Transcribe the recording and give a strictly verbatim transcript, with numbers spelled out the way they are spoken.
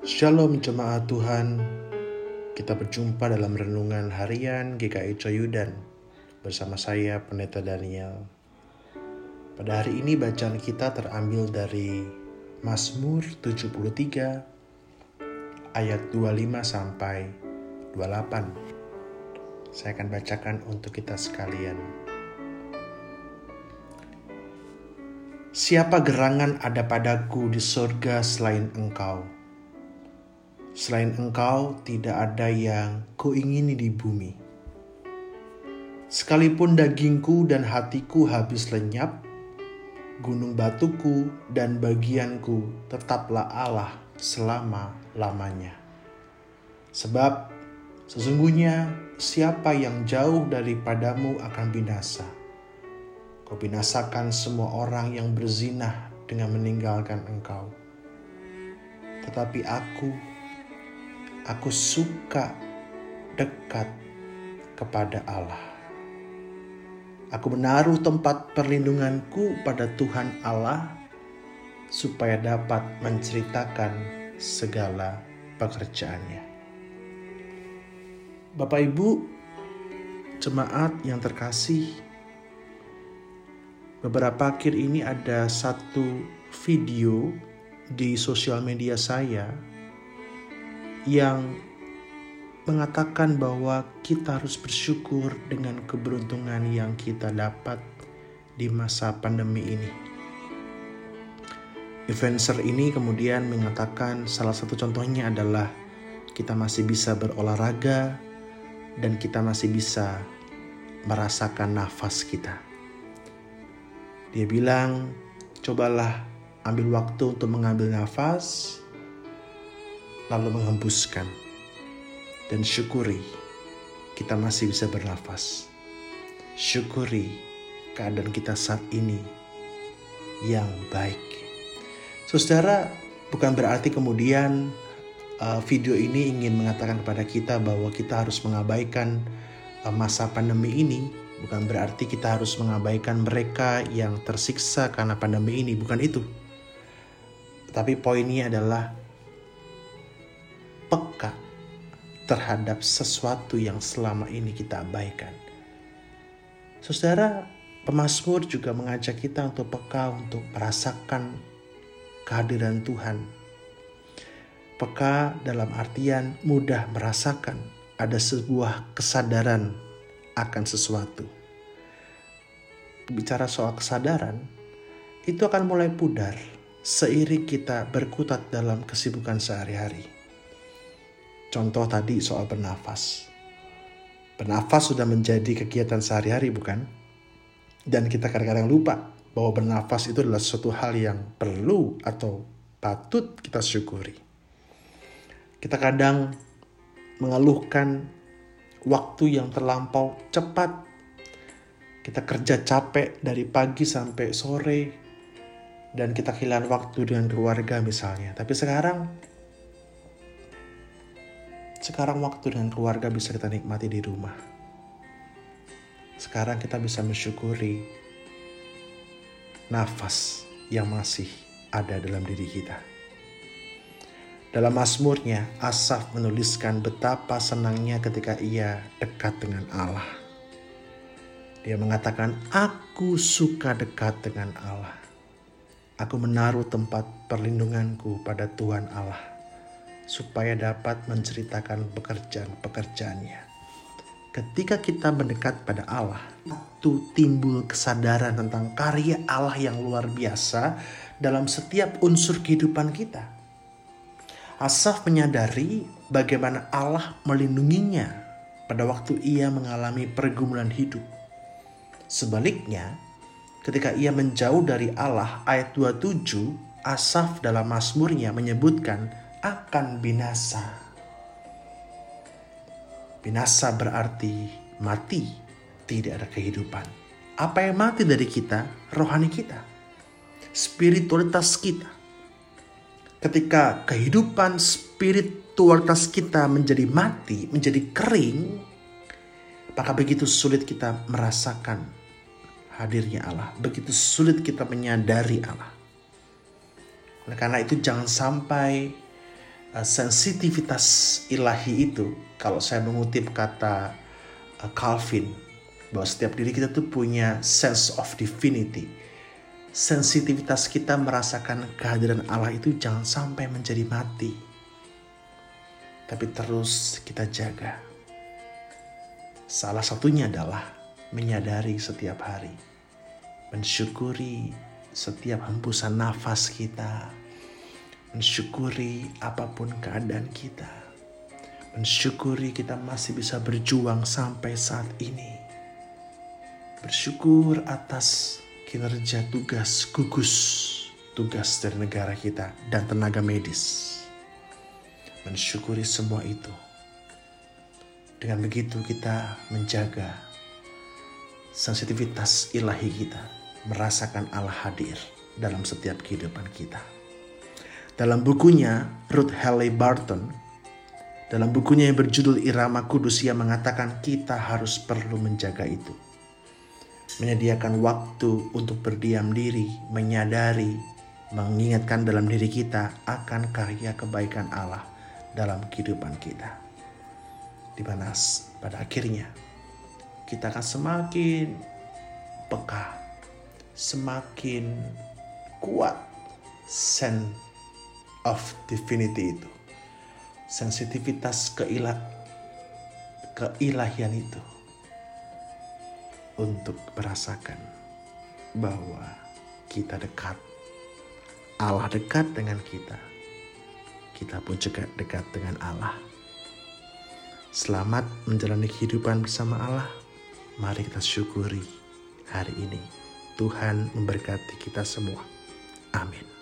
Shalom jemaat Tuhan, kita berjumpa dalam renungan harian G K I Coyudan bersama saya Pendeta Daniel. Pada hari ini bacaan kita terambil dari Mazmur tujuh puluh tiga ayat dua puluh lima sampai dua puluh delapan. Saya akan bacakan untuk kita sekalian. Siapa gerangan ada padaku di surga selain Engkau? Selain Engkau tidak ada yang kuingini di bumi. Sekalipun dagingku dan hatiku habis lenyap, gunung batuku dan bagianku tetaplah Allah selama-lamanya. Sebab sesungguhnya siapa yang jauh daripadamu akan binasa. Kau binasakan semua orang yang berzinah dengan meninggalkan Engkau. Tetapi aku, aku suka dekat kepada Allah. Aku menaruh tempat perlindunganku pada Tuhan Allah, supaya dapat menceritakan segala pekerjaannya. Bapak Ibu, jemaat yang terkasih, beberapa akhir ini ada satu video di sosial media saya yang mengatakan bahwa kita harus bersyukur dengan keberuntungan yang kita dapat di masa pandemi ini. Influencer ini kemudian mengatakan salah satu contohnya adalah kita masih bisa berolahraga dan kita masih bisa merasakan nafas kita. Dia bilang, cobalah ambil waktu untuk mengambil nafas, lalu menghembuskan, dan syukuri kita masih bisa bernafas. Syukuri keadaan kita saat ini yang baik. Saudara, bukan berarti kemudian uh, video ini ingin mengatakan kepada kita bahwa kita harus mengabaikan uh, masa pandemi ini. Bukan berarti kita harus mengabaikan mereka yang tersiksa karena pandemi ini. Bukan itu. Tapi poinnya adalah peka terhadap sesuatu yang selama ini kita abaikan. Saudara, pemazmur juga mengajak kita untuk peka untuk merasakan kehadiran Tuhan. Peka dalam artian mudah merasakan ada sebuah kesadaran akan sesuatu. Bicara soal kesadaran, itu akan mulai pudar seiring kita berkutat dalam kesibukan sehari-hari. Contoh tadi soal bernafas. Bernafas sudah menjadi kegiatan sehari-hari, bukan? Dan kita kadang-kadang lupa bahwa bernafas itu adalah suatu hal yang perlu atau patut kita syukuri. Kita kadang mengeluhkan waktu yang terlampau cepat. Kita kerja capek dari pagi sampai sore, dan kita kehilangan waktu dengan keluarga misalnya. Tapi sekarang, sekarang waktu dengan keluarga bisa kita nikmati di rumah. Sekarang kita bisa mensyukuri nafas yang masih ada dalam diri kita. Dalam Mazmurnya, Asaf menuliskan betapa senangnya ketika ia dekat dengan Allah. Dia mengatakan, aku suka dekat dengan Allah. Aku menaruh tempat perlindunganku pada Tuhan Allah, supaya dapat menceritakan pekerjaan-pekerjaannya. Ketika kita mendekat pada Allah, itu timbul kesadaran tentang karya Allah yang luar biasa dalam setiap unsur kehidupan kita. Asaf menyadari bagaimana Allah melindunginya pada waktu ia mengalami pergumulan hidup. Sebaliknya, ketika ia menjauh dari Allah, ayat dua puluh tujuh, Asaf dalam Mazmurnya menyebutkan akan binasa. Binasa berarti mati, tidak ada kehidupan. Apa yang mati dari kita? Rohani kita, spiritualitas kita. Ketika kehidupan spiritualitas kita menjadi mati, menjadi kering, maka begitu sulit kita merasakan hadirnya Allah. Begitu sulit kita menyadari Allah. Oleh karena itu jangan sampai sensitivitas ilahi itu, kalau saya mengutip kata uh, Calvin, bahwa setiap diri kita tuh punya sense of divinity. Sensitivitas kita merasakan kehadiran Allah itu jangan sampai menjadi mati, tapi terus kita jaga. Salah satunya adalah menyadari setiap hari, mensyukuri setiap hembusan nafas kita, mensyukuri apapun keadaan kita, mensyukuri kita masih bisa berjuang sampai saat ini, bersyukur atas kinerja tugas gugus, tugas dari negara kita dan tenaga medis. Mensyukuri semua itu. Dengan begitu kita menjaga sensitivitas ilahi kita, merasakan Allah hadir dalam setiap kehidupan kita. Dalam bukunya Ruth Haley Barton, dalam bukunya yang berjudul Irama Kudus, ia mengatakan kita harus perlu menjaga itu. Menyediakan waktu untuk berdiam diri, menyadari, mengingatkan dalam diri kita akan karya kebaikan Allah dalam kehidupan kita. Di mana pada akhirnya kita akan semakin peka, semakin kuat sense of divinity itu, sensitivitas keilah, keilahian itu, untuk merasakan bahwa kita dekat, Allah dekat dengan kita, kita pun juga dekat dengan Allah. Selamat menjalani kehidupan bersama Allah. Mari kita syukuri hari ini. Tuhan memberkati kita semua. Amin.